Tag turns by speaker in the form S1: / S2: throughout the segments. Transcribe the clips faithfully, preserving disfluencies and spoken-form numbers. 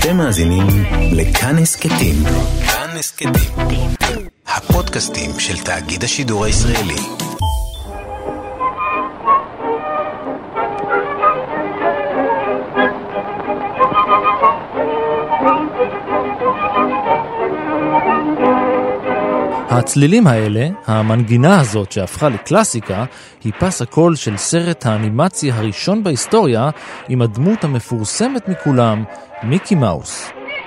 S1: אתם מאזינים לכאן הסכתים. כאן הסכתים. הפודקאסטים של תאגיד השידור הישראלי.
S2: הצלילים האלה, המנגינה הזאת שהפכה לקלאסיקה, היא פס הקול של סרט האנימציה הראשון בהיסטוריה עם הדמות המפורסמת מכולם, מיקי מאוס.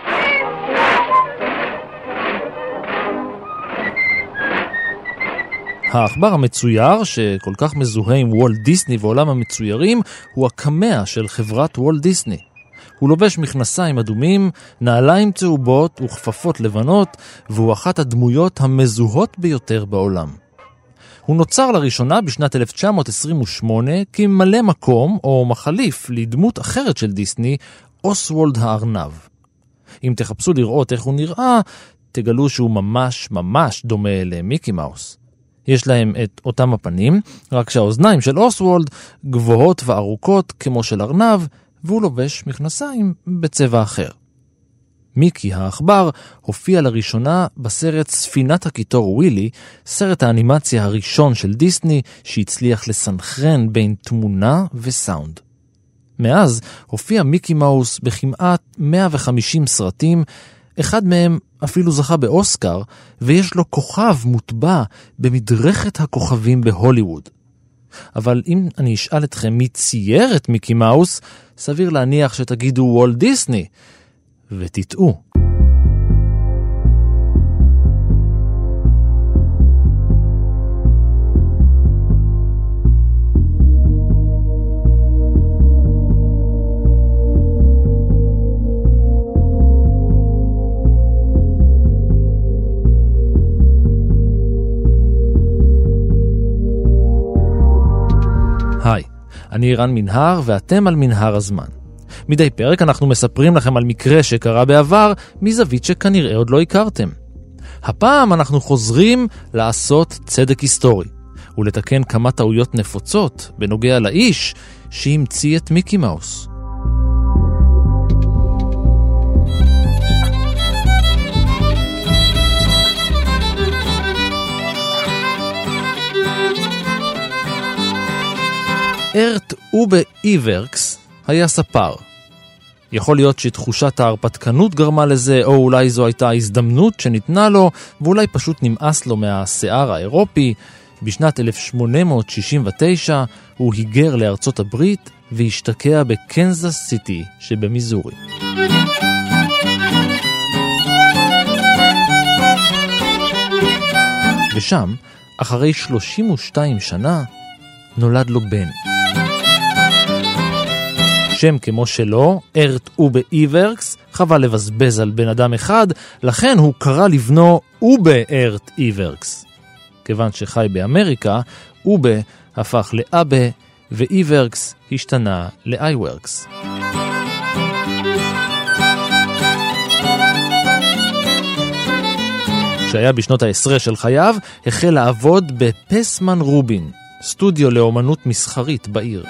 S2: העכבר המצויר, שכל כך מזוהה עם וולט דיסני ועולם המצוירים, הוא הקמע של חברת וולט דיסני. הוא לובש מכנסיים אדומים, נעליים צהובות וכפפות לבנות, והוא אחת הדמויות המזוהות ביותר בעולם. הוא נוצר לראשונה בשנת אלף תשע מאות עשרים ושמונה כממלא מקום או מחליף לדמות אחרת של דיסני, אוסוולד הארנב. אם תחפשו לראות איך הוא נראה, תגלו שהוא ממש ממש דומה למיקי מאוס. יש להם את אותם הפנים, רק שהאוזניים של אוסוולד גבוהות וארוכות כמו של ארנב, והוא לובש מכנסיים בצבע אחר. מיקי העכבר הופיע לראשונה בסרט ספינת הקיטור ווילי, סרט האנימציה הראשון של דיסני שהצליח לסנכרן בין תמונה וסאונד. מאז הופיע מיקי מאוס בכמעט מאה וחמישים סרטים, אחד מהם אפילו זכה באוסקר, ויש לו כוכב מוטבע במדרכת הכוכבים בהוליווד. אבל אם אני אשאל אתכם מי צייר את מיקי מאוס, סביר להניח שתגידו וולט דיסני, ותטעו. היי, אני אירן מנהר ואתם על מנהר הזמן. מדי פרק אנחנו מספרים לכם על מקרה שקרה בעבר מזווית שכנראה עוד לא הכרתם. הפעם אנחנו חוזרים לעשות צדק היסטורי ולתקן כמה טעויות נפוצות בנוגע לאיש שהמציא את מיקי מאוס. ארט אובה איברקס היה ספר. יכול להיות שתחושת ההרפתקנות גרמה לזה, או אולי זו הייתה הזדמנות שניתנה לו, ואולי פשוט נמאס לו מהשיער האירופי. בשנת אלף שמונה מאות שישים ותשע הוא היגר לארצות הברית והשתקע בקנזס סיטי שבמיזורי. ושם, אחרי שלושים ושתיים שנה, נולד לו בן. שם כמו שלו, ארט אובה איברקס, חבל לבזבז על בן אדם אחד, לכן הוא קרא לבנו אובה ארט איברקס. כיוון שחי באמריקה, אובה הפך לאבה, ואיברקס השתנה לאייוורקס. כשהיה בשנות העשרה של חייו, החל לעבוד בפסמן רובין, סטודיו לאומנות מסחרית בעיר.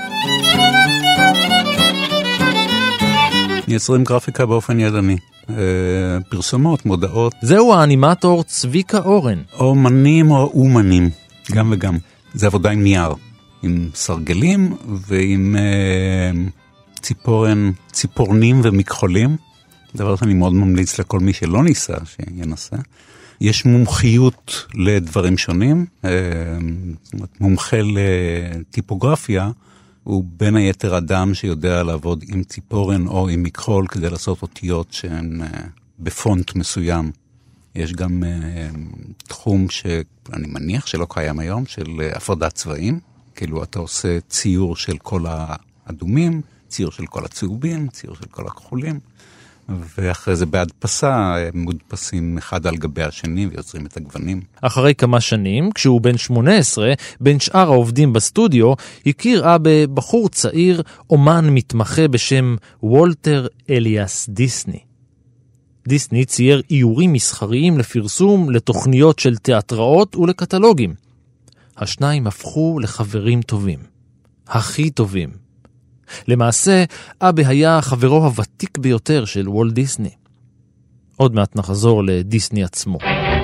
S3: יצרים גרפיקה באופן ידני. פרסומות, מודעות.
S2: זהו האנימטור צביקה אורן.
S3: אומנים או אומנים, גם וגם. זה עבודה עם נייר, עם סרגלים ועם ציפורן, ציפורנים ומכחולים. דבר שאני מאוד ממליץ לכל מי שלא ניסה, שינסה. יש מומחיות לדברים שונים. מומחה לטיפוגרפיה, הוא בין היתר אדם שיודע לעבוד עם ציפורן או עם מכחול כדי לעשות אותיות שהן בפונט מסוים. יש גם תחום שאני מניח שלא קיים היום, של הפרדת צבעים. כאילו אתה עושה ציור של כל האדומים, ציור של כל הצהובים, ציור של כל הכחולים. ואחרי זה בהדפסה הם מודפסים אחד על גבי השני ויוצרים את הגוונים.
S2: אחרי כמה שנים, כשהוא בן שמונה עשרה, בין שאר העובדים בסטודיו, הכיר אבא בחור צעיר, אומן מתמחה בשם וולטר אליאס דיסני. דיסני צייר איורים מסחריים לפרסום, לתוכניות של תיאטראות ולקטלוגים. השניים הפכו לחברים טובים. הכי טובים. למעשה, אבא היה חברו הוותיק ביותר של וולט דיסני. עוד מעט נחזור לדיסני עצמו.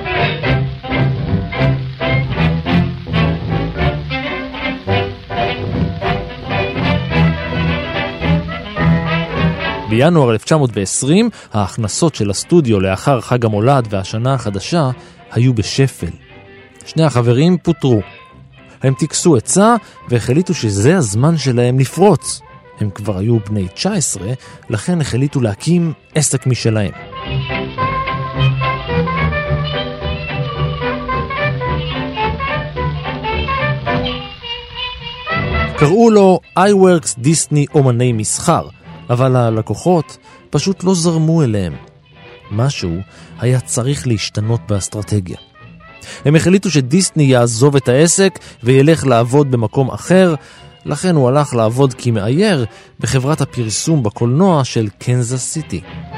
S2: בינואר אלף תשע מאות ועשרים, ההכנסות של הסטודיו לאחר חג המולד והשנה החדשה היו בשפל. שני החברים פוטרו. הם תיקסו עצה והחליטו שזה הזמן שלהם לפרוץ. הם כבר היו בני תשע עשרה, לכן החליטו להקים עסק משלהם. קראו לו iWorks דיסני אומני מסחר, אבל הלקוחות פשוט לא זרמו אליהם. משהו היה צריך להשתנות באסטרטגיה. הם החליטו שדיסני יעזוב את העסק וילך לעבוד במקום אחר, לכן הוא הלך לעבוד כמאייר בחברת הפרסום בקולנוע של קנזס סיטי.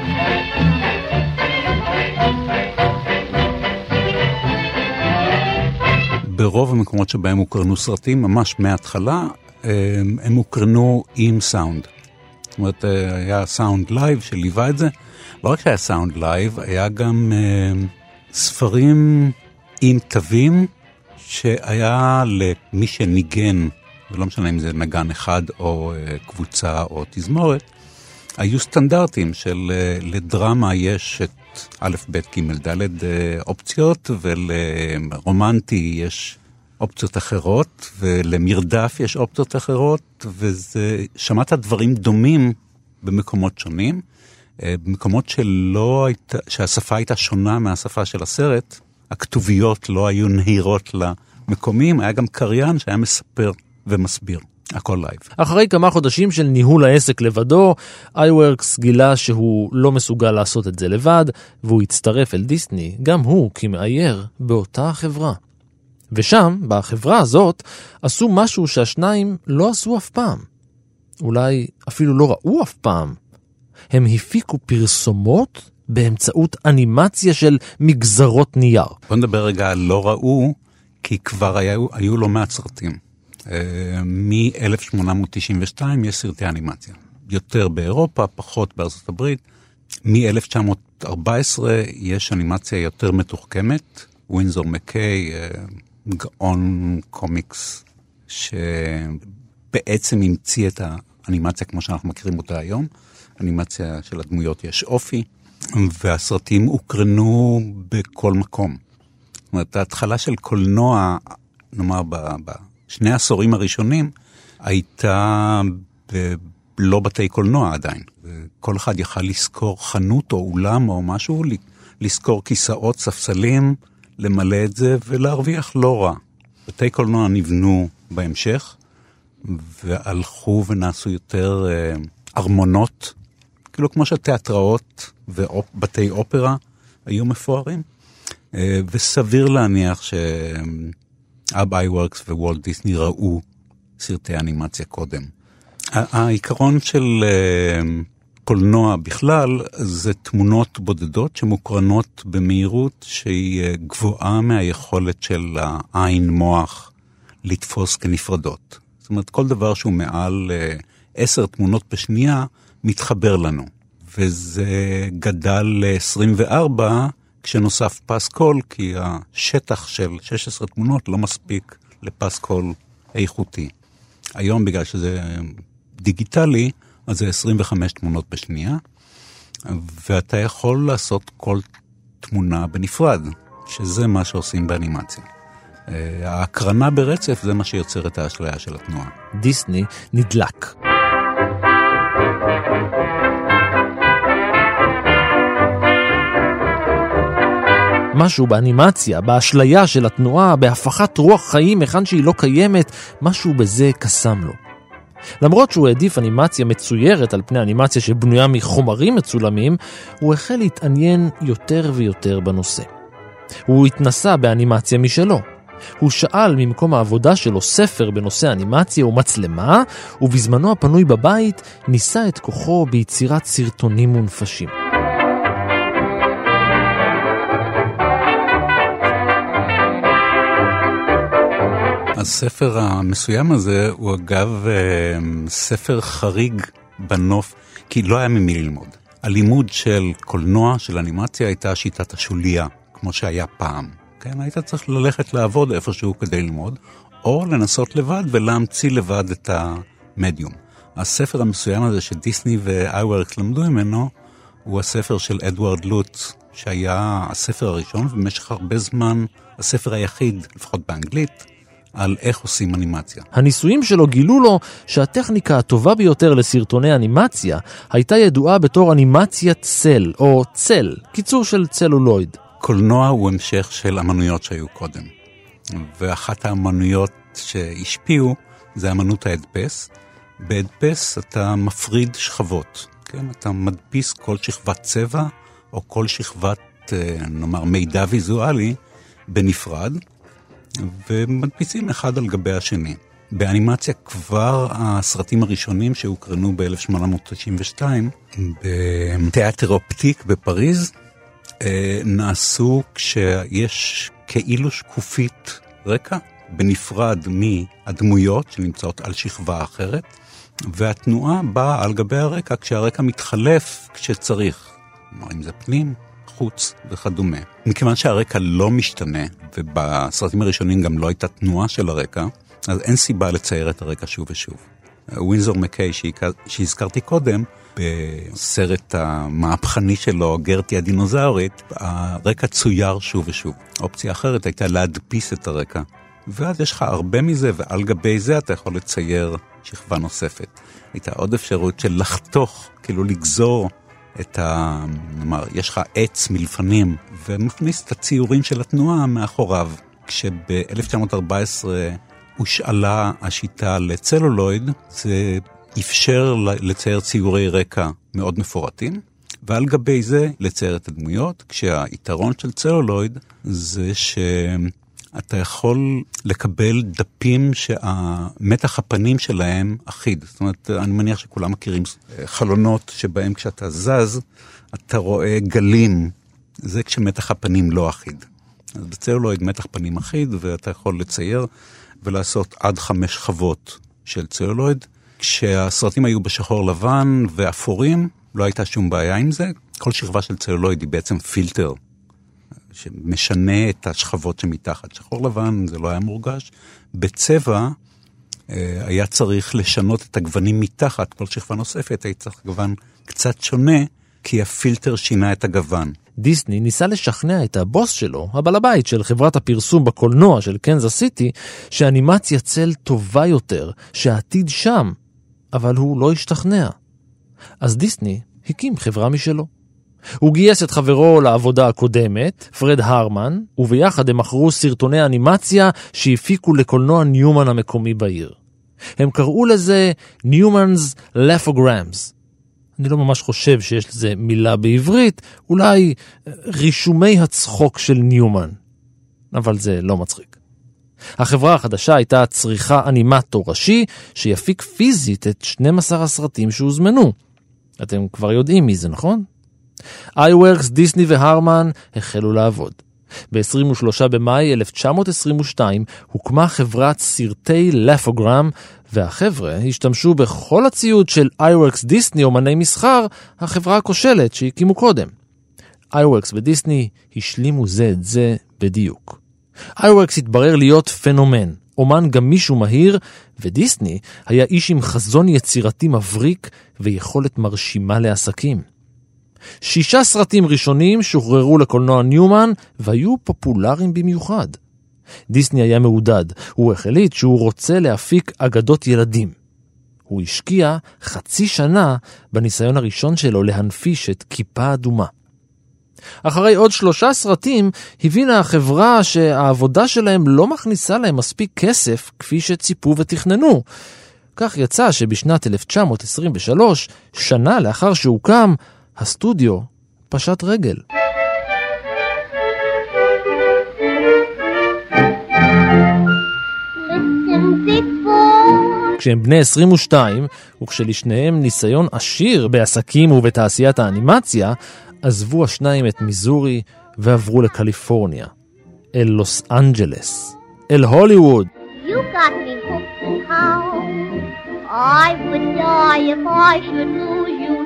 S3: ברוב המקומות שבהם הוקרנו סרטים, ממש מההתחלה, הם הוקרנו עם סאונד. זאת אומרת, היה סאונד לייב שליווה את זה. לא רק שהיה סאונד לייב, היה גם ספרים עם תווים שהיה למי שניגן, ולא משנה אם זה נגן אחד או קבוצה או תזמורת, היו סטנדרטים של לדרמה יש את א', ב', ג', ד' אופציות, ולרומנטי יש אופציות אחרות, ולמרדף יש אופציות אחרות, ושמעת דברים דומים במקומות שונים, במקומות שלא הייתה, שהשפה הייתה שונה מהשפה של הסרט, הכתוביות לא היו נהירות למקומים, היה גם קריין שהיה מספר ומסביר. הכל לייב.
S2: אחרי כמה חודשים של ניהול העסק לבדו, iWorks גילה שהוא לא מסוגל לעשות את זה לבד, והוא הצטרף אל דיסני, גם הוא כמאייר באותה חברה. ושם, בחברה הזאת, עשו משהו שהשניים לא עשו אף פעם. אולי אפילו לא ראו אף פעם. הם הפיקו פרסומות באמצעות אנימציה של מגזרות נייר.
S3: בוא נדבר רגע על לא ראו, כי כבר היו, היו לא מעט סרטים. מ-אלף שמונה מאות תשעים ושתיים יש סרטי אנימציה. יותר באירופה, פחות בארצות הברית. מ-אלף תשע מאות ארבע עשרה יש אנימציה יותר מתוחכמת. ווינזור מקיי, גאון קומיקס, שבעצם המציא את האנימציה כמו שאנחנו מכירים אותה היום. אנימציה של הדמויות יש אופי, והסרטים הוקרנו בכל מקום. זאת אומרת, ההתחלה של קולנוע, נאמר ב... ב שני העשורים הראשונים הייתה ב... לא בתי קולנוע עדיין. כל אחד יכל לזכור חנות או אולם או משהו, לזכור כיסאות, ספסלים, למלא את זה ולהרוויח לא רע. בתי קולנוע נבנו בהמשך, והלכו ונעשו יותר אה, ארמונות, כאילו כמו שתיאטראות ובתי אופרה היו מפוארים. אה, וסביר להניח ש... אב iWorks ווולט דיסני ראו סרטי אנימציה קודם. העיקרון של קולנוע בכלל זה תמונות בודדות שמוקרנות במהירות שהיא גבוהה מהיכולת של העין מוח לתפוס כנפרדות. זאת אומרת, כל דבר שהוא מעל עשר תמונות בשנייה מתחבר לנו. וזה גדל ל-עשרים וארבע כשנוסף פס קול, כי השטח של שש עשרה תמונות לא מספיק לפס קול איכותי. היום בגלל שזה דיגיטלי, אז זה עשרים וחמש תמונות בשנייה, ואתה יכול לעשות כל תמונה בנפרד, שזה מה שעושים באנימציה. ההקרנה ברצף זה מה שיוצר את האשליה של התנועה.
S2: דיסני נדלק. משהו באנימציה, באשליה של התנועה, בהפכת רוח חיים מכאן שהיא לא קיימת, משהו בזה קסם לו. למרות שהוא העדיף אנימציה מצוירת על פני אנימציה שבנויה מחומרים מצולמים, הוא החל להתעניין יותר ויותר בנושא. הוא התנסה באנימציה משלו. הוא שאל ממקום העבודה שלו ספר בנושא אנימציה ומצלמה, ובזמנו הפנוי בבית ניסה את כוחו ביצירת סרטונים מונפשים.
S3: הספר המסוים הזה הוא אגב ספר חריג בנוף, כי לא היה ממי ללמוד. הלימוד של קולנוע, של אנימציה, הייתה שיטת השוליה, כמו שהיה פעם. כן, היית צריך ללכת לעבוד איפשהו כדי ללמוד, או לנסות לבד ולהמציא לבד את המדיום. הספר המסוים הזה שדיסני ואייוורקס למדו ממנו, הוא הספר של אדוארד לוץ, שהיה הספר הראשון, ובמשך הרבה זמן הספר היחיד, לפחות באנגלית, על איך עושים אנימציה.
S2: הניסויים שלו גילו לו שהטכניקה הטובה ביותר לסרטוני אנימציה הייתה ידועה בתור אנימציית צל, או צל, קיצור של צלולויד.
S3: קולנוע הוא המשך של אמנויות שהיו קודם. ואחת האמנויות שהשפיעו זה אמנות ההדפס. בהדפס אתה מפריד שכבות. כן? אתה מדפיס כל שכבת צבע או כל שכבת, נאמר, מידע ויזואלי בנפרד, ומדפיסים אחד על גבי השני. באנימציה כבר הסרטים הראשונים שהוקרנו ב-אלף שמונה מאות תשעים ושתיים בתיאטר אופטיק בפריז, נעשו כשיש כאילו שקופית רקע בנפרד מהדמויות שנמצאות על שכבה אחרת, והתנועה באה על גבי הרקע כשהרקע מתחלף כשצריך. כלומר, אם זה פנים, חוץ וכדומה. מכיוון שהרקע לא משתנה, ובסרטים הראשונים גם לא הייתה תנועה של הרקע, אז אין סיבה לצייר את הרקע שוב ושוב. ווינזור מקיי שהזכרתי קודם, בסרט המהפכני שלו, גרטי הדינוזאורית, הרקע צויר שוב ושוב. אופציה אחרת הייתה להדפיס את הרקע. ואז יש לך הרבה מזה, ועל גבי זה אתה יכול לצייר שכבה נוספת. הייתה עוד אפשרות של לחתוך, כאילו לגזור את ה... נאמר, יש לך עץ מלפנים, ומכניס את הציורים של התנועה מאחוריו. כשב-אלף תשע מאות וארבע עשרה הושאלה השיטה לצלולויד, זה אפשר לצייר ציורי רקע מאוד מפורטים, ועל גבי זה לצייר את הדמויות, כשהיתרון של צלולויד זה שאתה יכול לקבל דפים שהמתח הפנים שלהם אחיד. זאת אומרת, אני מניח שכולם מכירים חלונות שבהם כשאתה זז, אתה רואה גלים, זה כשמתח הפנים לא אחיד. אז בצלולויד מתח פנים אחיד, ואתה יכול לצייר ולעשות עד חמש שכבות של צלולויד. כשהסרטים היו בשחור לבן ואפורים, לא הייתה שום בעיה עם זה. כל שכבה של צלולויד היא בעצם פילטר, שמשנה את השכבות שמתחת. שחור לבן זה לא היה מורגש. בצבע היה צריך לשנות את הגוונים מתחת. כל שכבה נוספת היה צריך גוון קצת שונה, כי הפילטר שינה את הגוון.
S2: דיסני ניסה לשכנע את הבוס שלו, הבעל הבית של חברת הפרסום בקולנוע של קנזס סיטי, שאנימציה צל טובה יותר, שהעתיד שם, אבל הוא לא השתכנע. אז דיסני הקים חברה משלו. הוא גייס את חברו לעבודה הקודמת, פרד הרמן, וביחד הם מכרו סרטוני אנימציה שהפיקו לקולנוע ניומן המקומי בעיר. הם קראו לזה Newman's Lefograms. אני לא ממש חושב שיש לזה מילה בעברית, אולי רישומי הצחוק של ניומן. אבל זה לא מצחיק. החברה החדשה הייתה צריכה אנימטור ראשי, שיפיק פיזית את שנים עשר הסרטים שהוזמנו. אתם כבר יודעים מי זה, נכון? איוורקס, דיסני והרמן החלו לעבוד. ב-עשרים ושלושה במאי אלף תשע מאות עשרים ושתיים הוקמה חברת סרטי לפוגרם, והחבר'ה השתמשו בכל הציוד של איוורקס דיסני אומני מסחר, החברה הכושלת שהקימו קודם. איוורקס ודיסני השלימו זה את זה בדיוק. איוורקס התברר להיות פנומן, אומן גמיש ומהיר, ודיסני היה איש עם חזון יצירתי מבריק ויכולת מרשימה לעסקים. שישה סרטים ראשונים שוחררו לקולנוע ניומן והיו פופולריים במיוחד. דיסני היה מעודד, הוא החליט שהוא רוצה להפיק אגדות ילדים. הוא השקיע חצי שנה בניסיון הראשון שלו להנפיש את כיפה אדומה. אחרי עוד שלושה סרטים הבינה החברה שהעבודה שלהם לא מכניסה להם מספיק כסף כפי שציפו ותכננו. כך יצא שבשנת אלף תשע מאות עשרים ושלוש, שנה לאחר שהוקם, הסטודיו פשט רגל. כשהם בני עשרים ושתיים, וכשלשניהם ניסיון עשיר בעסקים ובתעשיית האנימציה, עזבו השניים את מיזורי ועברו לקליפורניה, אל לוס אנג'לס, אל הוליווד.
S4: You got me hooked and how I would die if I should lose you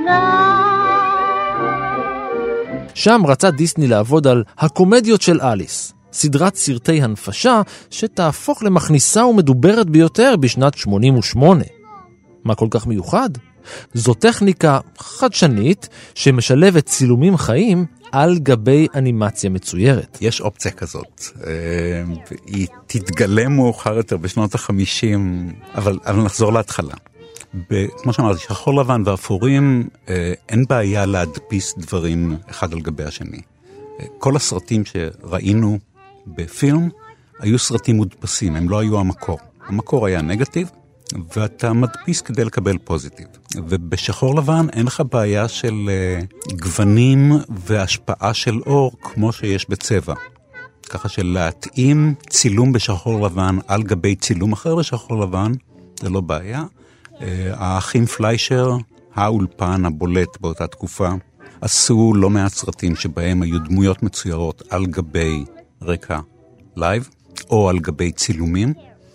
S4: now.
S2: שם רצה דיסני לעבוד על הקומדיות של אליס, סדרת סרטי הנפשה שתהפוך למכניסה ומדוברת ביותר בשנת שמונים ושמונה. מה כל כך מיוחד? זו טכניקה חדשנית שמשלבת צילומים חיים על גבי אנימציה מצוירת.
S3: יש אופציה כזאת, היא תתגלה מאוחר יותר בשנות החמישים, אבל, אבל נחזור להתחלה. כמו שאמרתי, שחור לבן ואפורים, אין בעיה להדפיס דברים אחד על גבי השני. כל הסרטים שראינו בפילם היו סרטים מודפסים, הם לא היו המקור. המקור היה נגטיב, ואתה מדפיס כדי לקבל פוזיטיב. ובשחור לבן אין לך בעיה של uh, גוונים והשפעה של אור כמו שיש בצבע. ככה שלהתאים צילום בשחור לבן על גבי צילום אחר בשחור לבן, זה לא בעיה. Uh, האחים פליישר, האולפן הבולט באותה תקופה, עשו לא מעט סרטים שבהם היו דמויות מצוירות על גבי רקע לייב, או על גבי צילומים,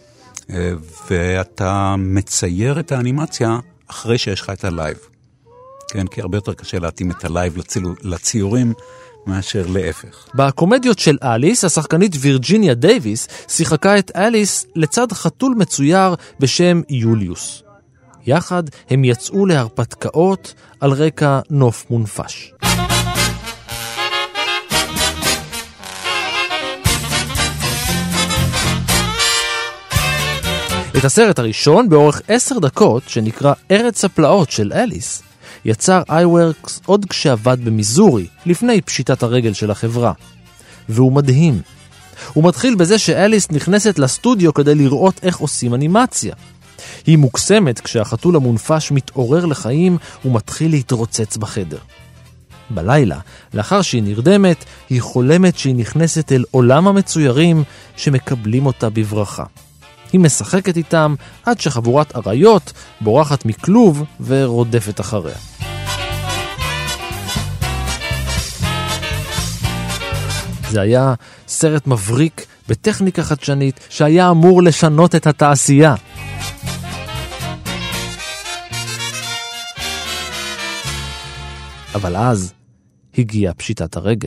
S3: ואתה מצייר את האנימציה אחרי שיש לך את הלייב. כן, כי הרבה יותר קשה להתאים את הלייב לצילו, לציורים מאשר להפך.
S2: בקומדיות של אליס, השחקנית וירג'יניה דייביס שיחקה את אליס לצד חתול מצויר בשם יוליוס. יחד הם יצאו להרפתקאות על רקע נוף מונפש. את הסרט הראשון, באורך עשר דקות, שנקרא ארץ הפלאות של אליס, יצר איוורקס עוד כשעבד במיזורי, לפני פשיטת הרגל של החברה. והוא מדהים. הוא מתחיל בזה שאליס נכנסת לסטודיו כדי לראות איך עושים אנימציה. היא מוקסמת כשהחתול המונפש מתעורר לחיים ומתחיל להתרוצץ בחדר. בלילה, לאחר שהיא נרדמת, היא חולמת שהיא נכנסת אל עולם המצוירים שמקבלים אותה בברכה. היא משחקת איתם עד שחבורת אריות בורחת מכלוב ורודפת אחריה. זה היה סרט מבריק בטכניקה חדשנית שהיה אמור לשנות את התעשייה. אבל אז הגיעה פשיטת הרגל.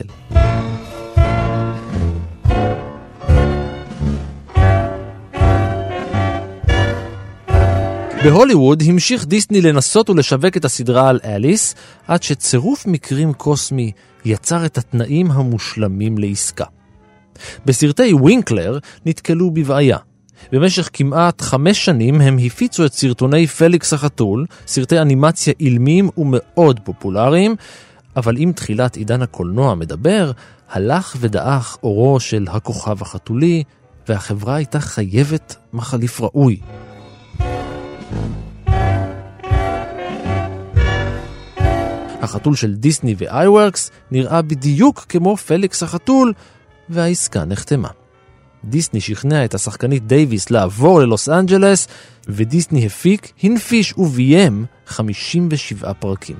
S2: בהוליווד המשיך דיסני לנסות ולשווק את הסדרה על אליס, עד שצירוף מקרים קוסמי יצר את התנאים המושלמים לעסקה. בסרטי ווינקלר נתקלו בבעיה. במשך כמעט חמש שנים הם הפיצו את סרטוני פליקס החתול, סרטי אנימציה אילמים ומאוד פופולריים, אבל עם תחילת עידן הקולנוע מדבר, הלך ודעך אורו של הכוכב החתולי, והחברה הייתה חייבת מחליף ראוי. החתול של דיסני ואייוורקס נראה בדיוק כמו פליקס החתול, והעסקה נחתמה. דיסני שכנע את השחקנית דייביס לעבור ללוס אנג'לס, ודיסני הפיק, הנפיש וביים חמישים ושבעה פרקים.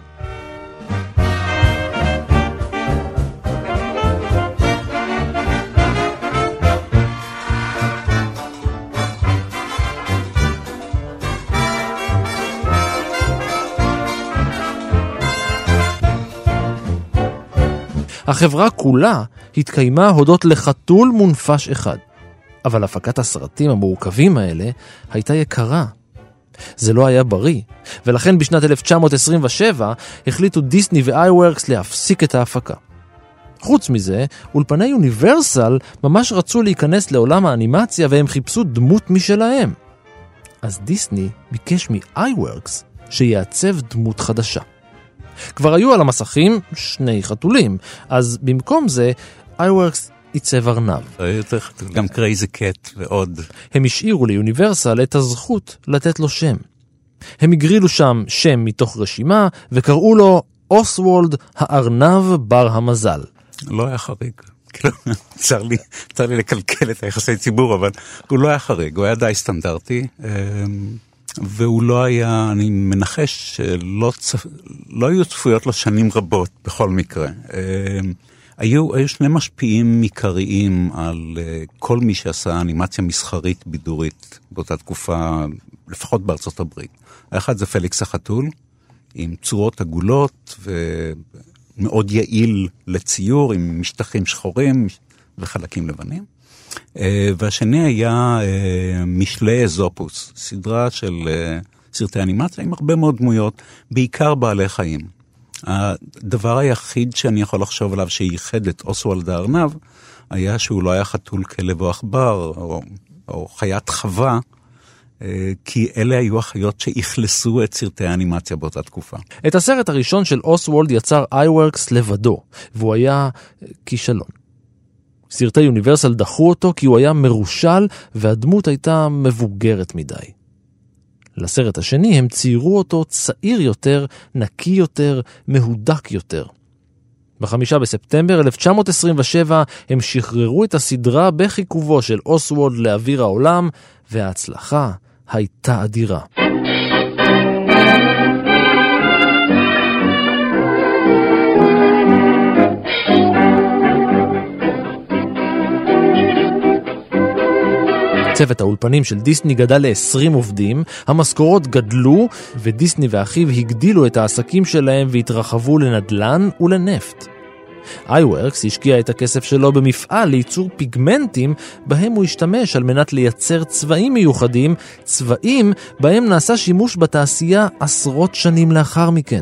S2: החברה כולה התקיימה הודות לחתול מונפש אחד. אבל הפקת הסרטים המורכבים האלה הייתה יקרה. זה לא היה בריא, ולכן בשנת אלף תשע מאות עשרים ושבע החליטו דיסני ואייוורקס להפסיק את ההפקה. חוץ מזה, אולפני יוניברסל ממש רצו להיכנס לעולם האנימציה והם חיפשו דמות משלהם. אז דיסני ביקש מאייוורקס שיעצב דמות חדשה. כבר היו על המסכים שני חתולים, אז במקום זה איוורקס עיצב ארנב.
S3: גם קרייזי קט ועוד.
S2: הם השאירו ליוניברסל את הזכות לתת לו שם. הם הגרילו שם שם מתוך רשימה וקראו לו אוסוולד הארנב בר המזל.
S3: לא היה חריג. צר לי, צר לי לקלקל את היחסי ציבור, אבל הוא לא היה חריג, הוא היה די סטנדרטי. והוא לא היה, אני מנחש שלא צפ... לא היו צפויות לו שנים רבות בכל מקרה. היו, היו שני משפיעים עיקריים על uh, כל מי שעשה אנימציה מסחרית בידורית באותה תקופה, לפחות בארצות הברית. האחד זה פליקס החתול, עם צורות עגולות ומאוד יעיל לציור, עם משטחים שחורים וחלקים לבנים. Uh, והשני היה uh, משלי אזופוס, סדרה של uh, סרטי אנימציה עם הרבה מאוד דמויות, בעיקר בעלי חיים. הדבר היחיד שאני יכול לחשוב עליו שייחד את אוסוולד הארנב, היה שהוא לא היה חתול כלב או עכבר, או, או חיית חווה, כי אלה היו החיות שהכלסו את סרטי האנימציה באותה תקופה.
S2: את הסרט הראשון של אוסוולד יצר איוורקס לבדו, והוא היה כישלון. סרטי יוניברסל דחו אותו כי הוא היה מרושל, והדמות הייתה מבוגרת מדי. לסרט השני הם ציירו אותו צעיר יותר, נקי יותר, מהודק יותר. בחמישה בספטמבר אלף תשע מאות עשרים ושבע הם שחררו את הסדרה בחיכובו של אוסוולד לאוויר העולם, וההצלחה הייתה אדירה. צוות האולפנים של דיסני גדל ל-עשרים עובדים, המשכורות גדלו, ודיסני ואחיו הגדילו את העסקים שלהם והתרחבו לנדלן ולנפט. איוורקס השקיע את הכסף שלו במפעל לייצור פיגמנטים, בהם הוא השתמש על מנת לייצר צבעים מיוחדים, צבעים בהם נעשה שימוש בתעשייה עשרות שנים לאחר מכן.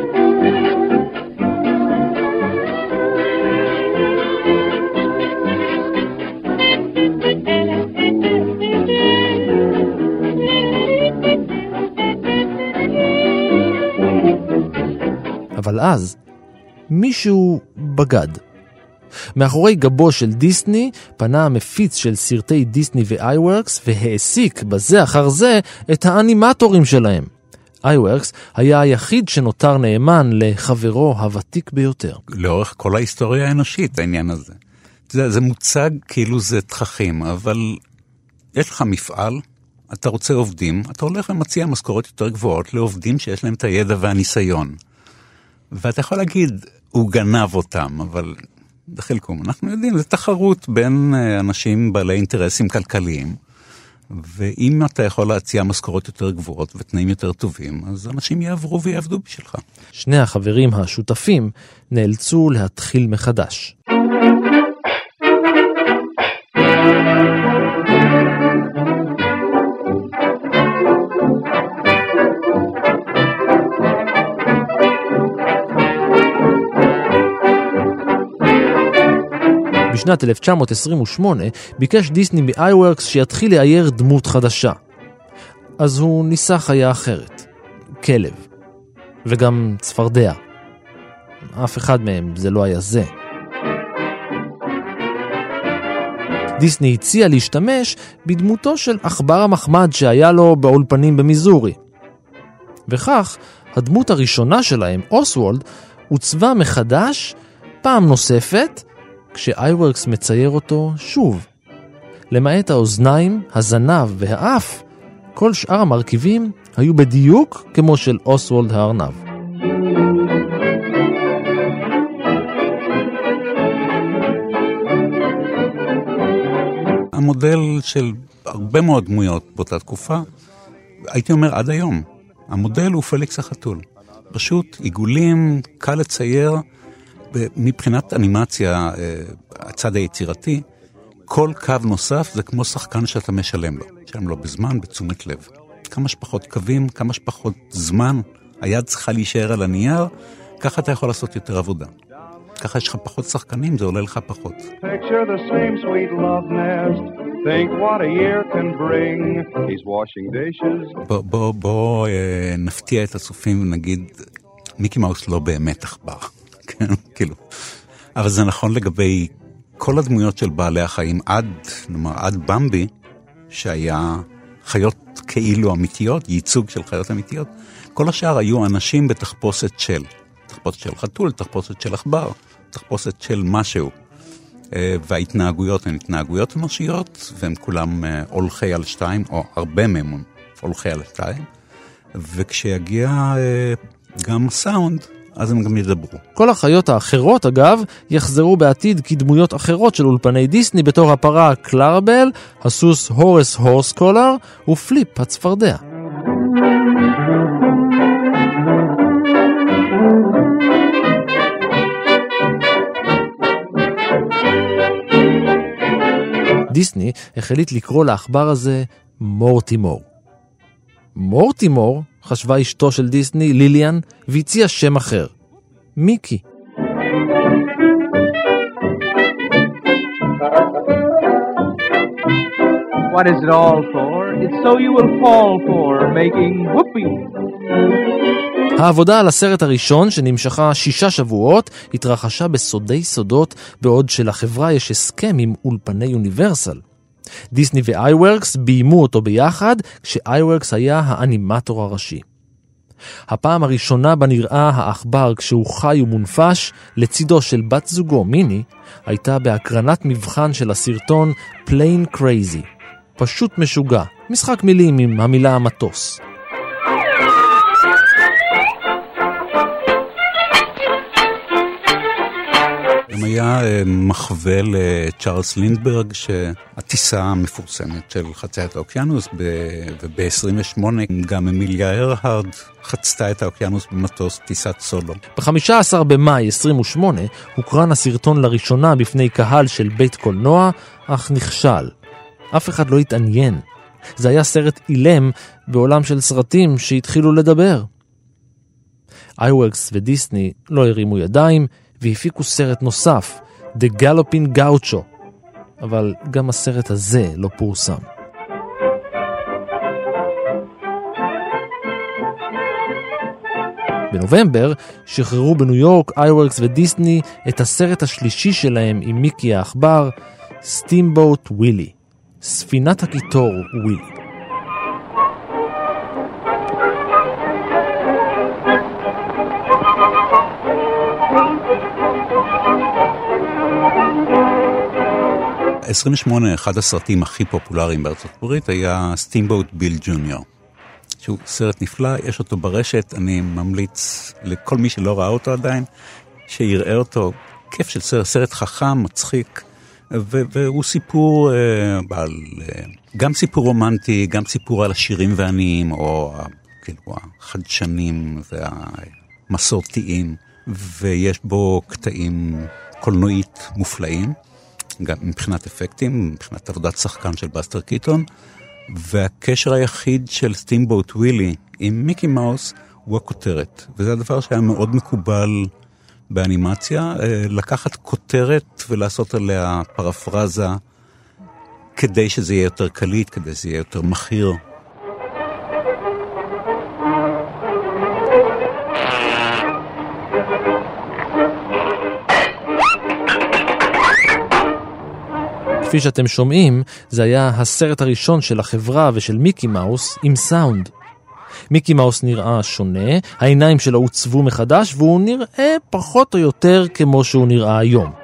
S2: אבל אז מישהו בגד. מאחורי גבו של דיסני פנה המפיץ של סרטי דיסני ואיוורקס והעסיק בזה אחר זה את האנימטורים שלהם. איוורקס היה היחיד שנותר נאמן לחברו הוותיק ביותר.
S3: לאורך כל ההיסטוריה האנושית העניין הזה. זה, זה מוצג כאילו זה תככים, אבל יש לך מפעל, אתה רוצה עובדים, אתה הולך ומציע משכורות יותר גבוהות לעובדים שיש להם את הידע והניסיון. ואתה יכול להגיד, הוא גנב אותם, אבל בחלקום, אנחנו יודעים, זה תחרות בין אנשים בעלי אינטרסים כלכליים, ואם אתה יכול להציע משכורות יותר גבוהות ותנאים יותר טובים, אז אנשים יעברו ויעבדו בשבילך.
S2: שני החברים השותפים נאלצו להתחיל מחדש. בשנת אלף תשע מאות עשרים ושמונה ביקש דיסני מאיוורקס שיתחיל לאייר דמות חדשה. אז הוא ניסה חיה אחרת. כלב. וגם צפרדע. אף אחד מהם זה לא היה זה. דיסני הציע להשתמש בדמותו של עכבר המחמד שהיה לו באולפנים במיזורי. וכך, הדמות הראשונה שלהם, אוסוולד, הוצבה מחדש פעם נוספת, כשאיוורקס מצייר אותו שוב. למעט האוזניים, הזנב והאף, כל שאר המרכיבים היו בדיוק כמו של אוסוולד הארנב.
S3: המודל של הרבה מאוד דמויות באותה תקופה, הייתי אומר עד היום, המודל הוא פליקס החתול. פשוט עיגולים, קל לצייר, מבחינת אנימציה, הצד היצירתי, כל קו נוסף זה כמו שחקן שאתה משלם לו. משלם לו בזמן, בתשומת לב. כמה שפחות קווים, כמה שפחות זמן, היד צריכה להישאר על הנייר, ככה אתה יכול לעשות יותר עבודה. ככה יש לך פחות שחקנים, זה עולה לך פחות.
S5: Picture the same sweet love nest. Think what a year can bring. He's washing dishes.
S3: בוא, בוא, בוא נפתיע את הצופים ונגיד, מיקי מאוס לא באמת עכבר. כן, כאילו. אבל זה נכון לגבי כל הדמויות של בעלי החיים, עד, נאמר, עד במבי, שהיה חיות כאילו אמיתיות, ייצוג של חיות אמיתיות. כל השאר היו אנשים בתחפושת של, תחפושת של חתול, תחפושת של עכבר, תחפושת של משהו. וההתנהגויות הן התנהגויות אנושיות, והם כולם הולכי על שתיים, או הרבה מהם הולכי על שתיים. וכשיגיע גם סאונד, אז הם גם ידברו.
S2: כל החיות האחרות, אגב, יחזרו בעתיד כדמויות אחרות של אולפני דיסני בתור הפרה קלרבל, הסוס הורס הורס קולר ופליפ הצפרדע. דיסני החליט לקרוא לעכבר הזה מורטימור. מורטימור חשבה אשתו של דיסני, ליליאן, והציעה שם אחר, מיקי.
S6: What is it all for? It's so you will fall for making whoopee.
S2: העבודה על הסרט הראשון, שנמשכה שישה שבועות, התרחשה בסודי סודות, בעוד שלחברה יש הסכם עם אולפני יוניברסל. דיסני ואייוורקס ביימו אותו ביחד, כשאייוורקס היה האנימטור הראשי. הפעם הראשונה בה נראה העכבר כשהוא חי ומונפש לצידו של בת זוגו מיני, הייתה בהקרנת מבחן של הסרטון Plain Crazy. פשוט משוגע, משחק מילים עם המילה המטוס.
S3: גם היה מחווה לצ'ארלס לינדברג, שהטיסה המפורסמת של חציית האוקיינוס, וב-עשרים ושמונה גם אמיליה ארהרד חצתה את האוקיינוס במטוס טיסת סולו.
S2: ב-חמישה עשר במאי עשרים ושמונה הוקרן הסרטון לראשונה בפני קהל של בית קולנוע, אך נכשל. אף אחד לא התעניין. זה היה סרט אילם בעולם של סרטים שהתחילו לדבר. אייוורקס ודיסני לא הרימו ידיים, והפיקו סרט נוסף, The Galloping Gaucho, אבל גם הסרט הזה לא פורסם. בנובמבר שחררו בניו יורק אייוורקס ודיסני את הסרט השלישי שלהם עם מיקי העכבר, Steamboat Willie, ספינת הקיטור ווילי.
S3: עשרים ושמונה, אחד הסרטים הכי פופולריים בארצות הברית, היה סטימבוט ביל ג'וניור, שהוא סרט נפלא, יש אותו ברשת, אני ממליץ לכל מי שלא ראה אותו עדיין, שיראה אותו, כיף של סרט, סרט חכם, מצחיק, ו- והוא סיפור, uh, בעל, uh, גם סיפור רומנטי, גם סיפור על השירים והעניים, או כאילו, החדשנים והמסורתיים, ויש בו קטעים קולנועית מופלאים, גם מבחינת אפקטים, מבחינת עבודת שחקן של בסטר קיטון, והקשר היחיד של סטימבוט ווילי עם מיקי מאוס הוא הכותרת, וזה הדבר שהיה מאוד מקובל באנימציה, לקחת כותרת ולעשות עליה פרפרזה, כדי שזה יהיה יותר קליט, כדי שזה יהיה יותר מחיר.
S2: כפי שאתם שומעים, זה היה הסרט הראשון של החברה ושל מיקי מאוס עם סאונד. מיקי מאוס נראה שונה, העיניים שלו הוצבו מחדש, והוא נראה פחות או יותר כמו שהוא נראה היום.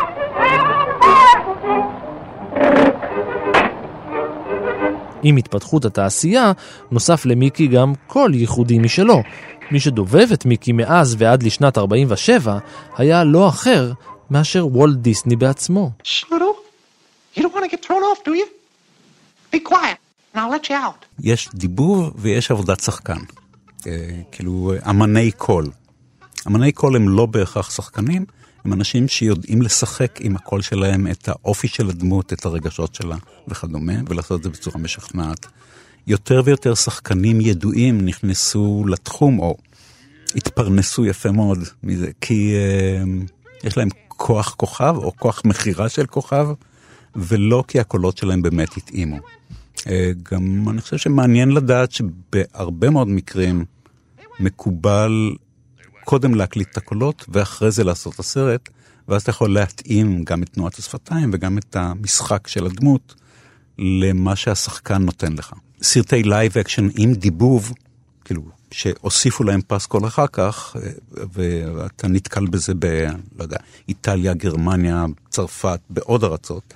S2: עם התפתחות התעשייה, נוסף למיקי גם קול ייחודי משלו. מי שדובב את מיקי מאז ועד לשנת ארבעים ושבע, היה לא אחר מאשר וולט דיסני בעצמו.
S7: You don't want to get thrown off, do you? Be quiet, and I'll let you out.
S3: יש דיבוב ויש עבודת שחקן. אה, כאילו, אמני קול. אמני קול הם לא בהכרח שחקנים, הם אנשים שיודעים לשחק עם הקול שלהם, את האופי של הדמות, את הרגשות שלה וכדומה, ולעשות את זה בצורה משכנעת. יותר ויותר שחקנים ידועים נכנסו לתחום, או התפרנסו יפה מאוד מזה, כי אה, יש להם כוח כוכב, או כוח מחירה של כוכב, ולא כי הקולות שלהם באמת התאימו. גם אני חושב שמעניין לדעת שבהרבה מאוד מקרים מקובל קודם להקליט את הקולות, ואחרי זה לעשות את הסרט, ואז אתה יכול להתאים גם את תנועת השפתיים, וגם את המשחק של הדמות, למה שהשחקן נותן לך. סרטי לייב אקשן עם דיבוב, כאילו, שהוסיפו להם פס קול אחר כך, ואתה נתקל בזה ב, לא יודע, איטליה, גרמניה, צרפת, בעוד ארצות,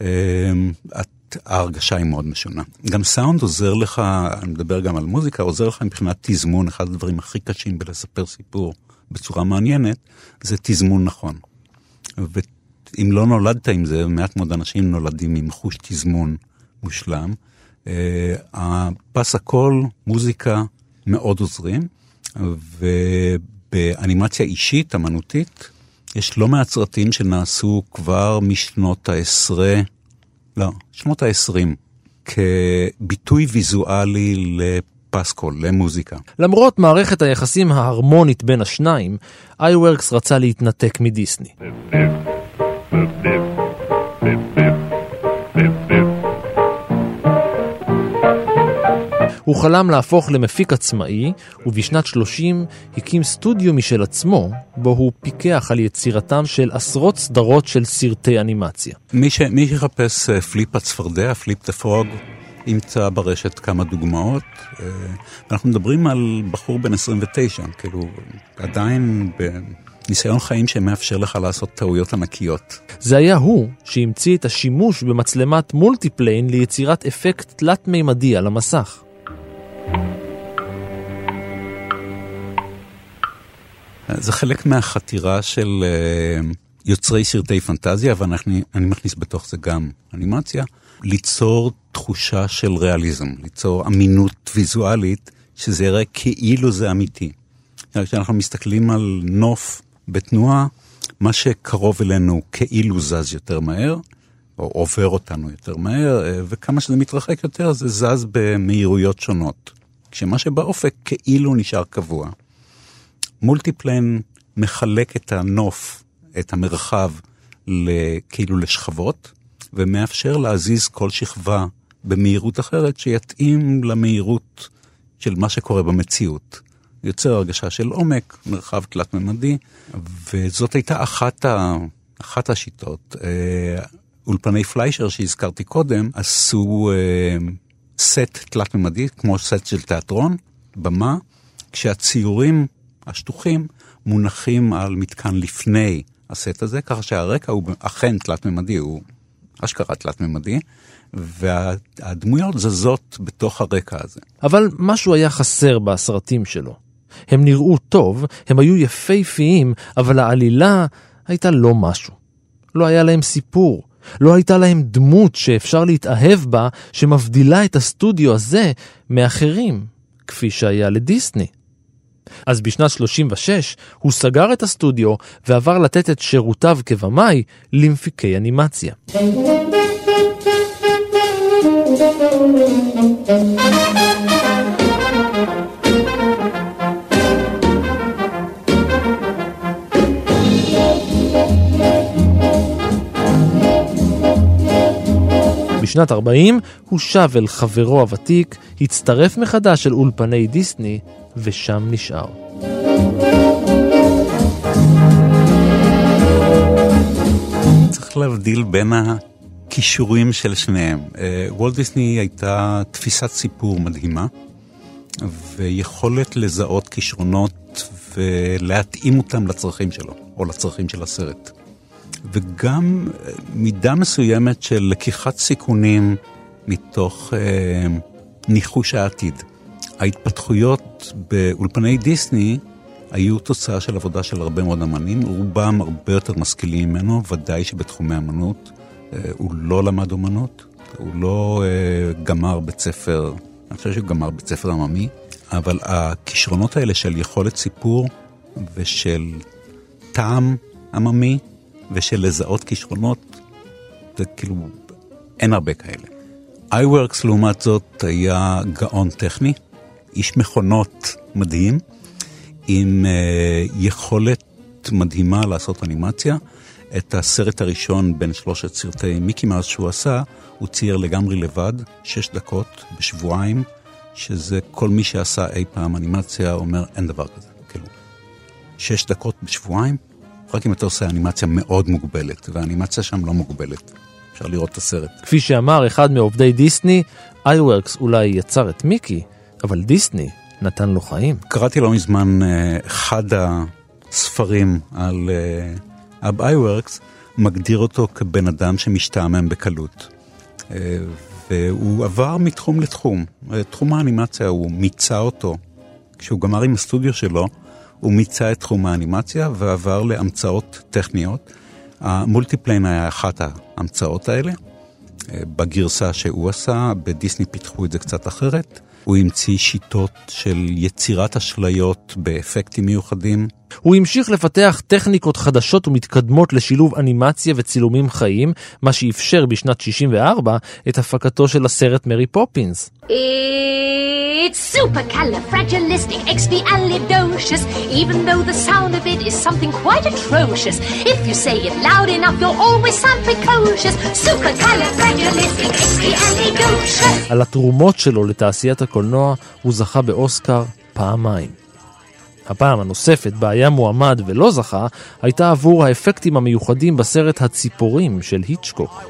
S3: ההרגשה היא מאוד משונה. גם סאונד עוזר לך, אני מדבר גם על מוזיקה, עוזר לך מבחינת תזמון, אחד הדברים הכי קשים בלספר סיפור בצורה מעניינת, זה תזמון נכון. ואם לא נולדת עם זה, מעט מאוד אנשים נולדים עם חוש תזמון מושלם, הפס הכל, מוזיקה מאוד עוזרים, ובאנימציה אישית, אמנותית, יש לא מעט סרטים שנעשו כבר משנות העשרה, לא, שנות העשרים, כביטוי ויזואלי לפסקול, למוזיקה.
S2: למרות מערכת היחסים ההרמונית בין השניים, איוורקס רצה להתנתק מדיסני. הוא חלם להפוך למפיק עצמאי, ובשנת שלושים הקים סטודיו משל עצמו, בו הוא פיקח על יצירתם של עשרות סדרות של סרטי אנימציה.
S3: מי, ש... מי שיחפש פליפ הצפרדע, פליפ דה פרוג, ימצא ברשת כמה דוגמאות. אנחנו מדברים על בחור בן עשרים ותשע, כאילו עדיין בניסיון חיים שמאפשר לך לעשות טעויות ענקיות.
S2: זה היה הוא שהמציא את השימוש במצלמת מולטיפליין ליצירת אפקט תלת-מימדי על המסך.
S3: זה חלק מהחתירה של יוצרי סרטי פנטזיה, ואני מכניס בתוך זה גם אנימציה, ליצור תחושה של ריאליזם, ליצור אמינות ויזואלית, שזה יראה כאילו זה אמיתי. כשאנחנו מסתכלים על נוף בתנועה, מה שקרוב אלינו כאילו זז יותר מהר, או עובר אותנו יותר מהר, וכמה שזה מתרחק יותר, זה זז במהירויות שונות. כשמה שבאופק כאילו נשאר קבוע. מולטיפליין מחלק את הנוף, את המרחב, כאילו לשכבות, ומאפשר להזיז כל שכבה במהירות אחרת, שיתאים למהירות של מה שקורה במציאות. יוצר הרגשה של עומק, מרחב תלת-ממדי, וזאת הייתה אחת, ה... אחת השיטות. אולפני פליישר שהזכרתי קודם, עשו סט תלת-ממדי, כמו סט של תיאטרון, במה, כשהציורים השטוחים מונחים על מתקן לפני הסט הזה, ככה שהרקע הוא אכן תלת-ממדי, הוא אשכרה תלת-ממדי, והדמויות זזות בתוך הרקע הזה.
S2: אבל משהו היה חסר בסרטים שלו. הם נראו טוב, הם היו יפהפיים, אבל העלילה הייתה לא משהו. לא היה להם סיפור, לא הייתה להם דמות שאפשר להתאהב בה, שמבדילה את הסטודיו הזה מאחרים, כפי שהיה לדיסני. אז בשנת שלושים ושש הוא סגר את הסטודיו ועבר לתת את שירותיו כבמאי למפיקי אנימציה. בשנת ארבעים הוא שב אל חברו הוותיק, הצטרף מחדש אל אולפני דיסני, ושם נשאר.
S3: צריך להבדיל בין הכישורים של שניהם. וולט דיסני הייתה תפיסת סיפור מדהימה, ויכולת לזהות כישרונות ולהתאים אותם לצרכים שלו, או לצרכים של הסרט. וגם מידה מסוימת של לקיחת סיכונים מתוך אה, ניחוש העתיד. ההתפתחויות באולפני דיסני היו תוצאה של עבודה של הרבה מאוד אמנים, רובם הרבה יותר משכילים ממנו, ודאי שבתחומי אמנות. אה, הוא לא למד אמנות, הוא לא אה, גמר בית ספר, אני חושב שהוא גמר בית ספר עממי, אבל הכישרונות האלה של יכולת סיפור ושל טעם עממי, ושל לזהות כישרונות, זה כאילו, אין הרבה כאלה. איוורקס לעומת זאת היה גאון טכני, איש מכונות מדהים, עם uh, יכולת מדהימה לעשות אנימציה. את הסרט הראשון בין שלושת סרטי מיקי מאוס שהוא עשה, הוא צייר לגמרי לבד, שש דקות בשבועיים, שזה כל מי שעשה אי פעם אנימציה אומר, אין דבר כזה. כאילו, שש דקות בשבועיים, רק אם אתה עושה אנימציה מאוד מוגבלת, והאנימציה שם לא מוגבלת. אפשר לראות את הסרט.
S2: כפי שאמר אחד מעובדי דיסני, איוורקס אולי יצר את מיקי, אבל דיסני נתן לו חיים.
S3: קראתי לא מזמן אחד הספרים על אב איוורקס, מגדיר אותו כבן אדם שמשתעמם בקלות. והוא עבר מתחום לתחום. תחום האנימציה הוא מיצה אותו. כשהוא גמר עם הסטודיו שלו, הוא מיצה את תחום האנימציה ועבר להמצאות טכניות. המולטיפליין היה אחת ההמצאות האלה. בגרסה שהוא עשה, בדיסני פיתחו את זה קצת אחרת. הוא המציא שיטות של יצירת אשליות באפקטים מיוחדים.
S2: הוא המשיך לפתח טכניקות חדשות ומתקדמות לשילוב אנימציה וצילומים חיים, מה שאפשר בשנת שישים וארבע את הפקתו של הסרט מרי פופינס.
S8: It's supercalifragilisticexpialidocious, even though the sound of it is something quite atrocious. If you say it loud enough, you'll always sound precocious. Supercalifragilisticexpialidocious.
S2: על התרומות שלו לתעשיית הקולנוע הוא זכה באוסקר פעמיים. הפעם הנוספת בה היה מועמד ולא זכה, הייתה עבור האפקטים המיוחדים בסרט הציפורים של היצ'קוק.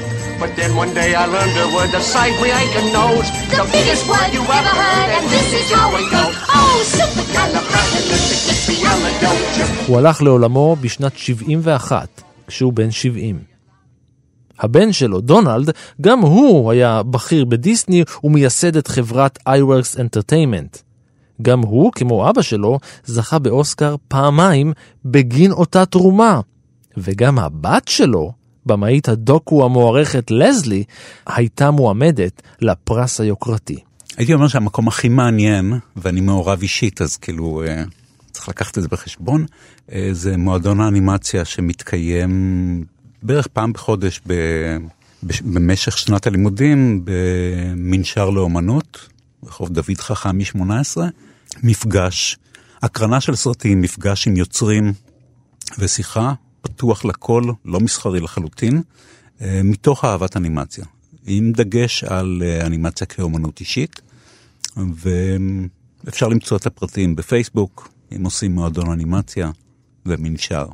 S2: הוא הלך לעולמו בשנת שבעים ואחת, כשהוא בן שבעים. הבן שלו, דונלד, גם הוא היה בכיר בדיסני ומייסד את חברת iWorks Entertainment. גם הוא, כמו אבא שלו, זכה באוסקר פעמיים בגין אותה תרומה. וגם הבת שלו, במאית הדוקו המוערכת לזלי, הייתה מועמדת לפרס היוקרתי.
S3: הייתי אומר שהמקום הכי מעניין, ואני מעורב אישית, אז כאילו צריך לקחת את זה בחשבון, זה מועדון האנימציה שמתקיים בערך פעם בחודש ב... במשך שנת הלימודים במנשר לאומנות, רחוב דוד חכמי שמונה עשרה, מפגש, הקרנה של סרטים, מפגש עם יוצרים ושיחה, פתוח לכל, לא מסחרי לחלוטין, מתוך אהבת אנימציה, עם דגש על אנימציה כאומנות אישית, ואפשר למצוא את הפרטים בפייסבוק, אם עושים מועדון אנימציה ומנשר.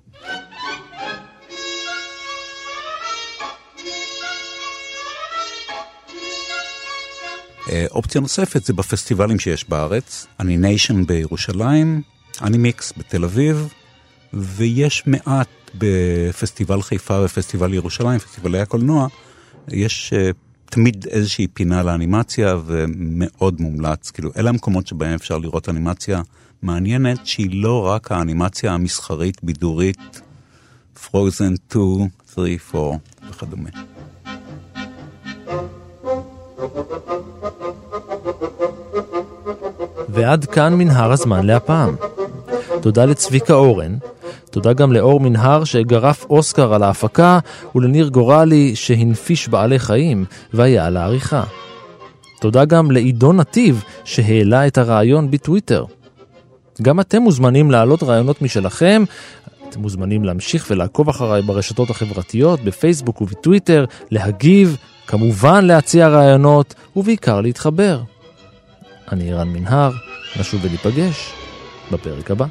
S3: אופציה נוספת זה בפסטיבלים שיש בארץ, אניניישן בירושלים, אנימיקס בתל אביב, ויש מעט בפסטיבל חיפה ופסטיבל ירושלים, פסטיבלי הקולנוע, יש uh, תמיד איזושהי פינה לאנימציה ומאוד מומלץ, כאילו אלה המקומות שבהם אפשר לראות אנימציה מעניינת, שהיא לא רק האנימציה המסחרית, בידורית, פרוזן שתיים, שלוש, ארבע וכדומה.
S2: ועד כאן מנהר הזמן להפעם. תודה לצביקה אורן, תודה גם לאור מנהר שגרף אוסקר על ההפקה, ולניר גורלי שהנפיש בעלי חיים והיה על העריכה. תודה גם לעידון נתיב שהעלה את הרעיון בטוויטר. גם אתם מוזמנים להעלות רעיונות משלכם, אתם מוזמנים להמשיך ולעקוב אחריי ברשתות החברתיות, בפייסבוק ובטוויטר, להגיב, כמובן להציע רעיונות ובעיקר להתחבר. אני אירן מנהר, נשוב וניפגש בפרק הבא.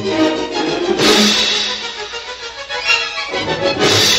S4: Thank you.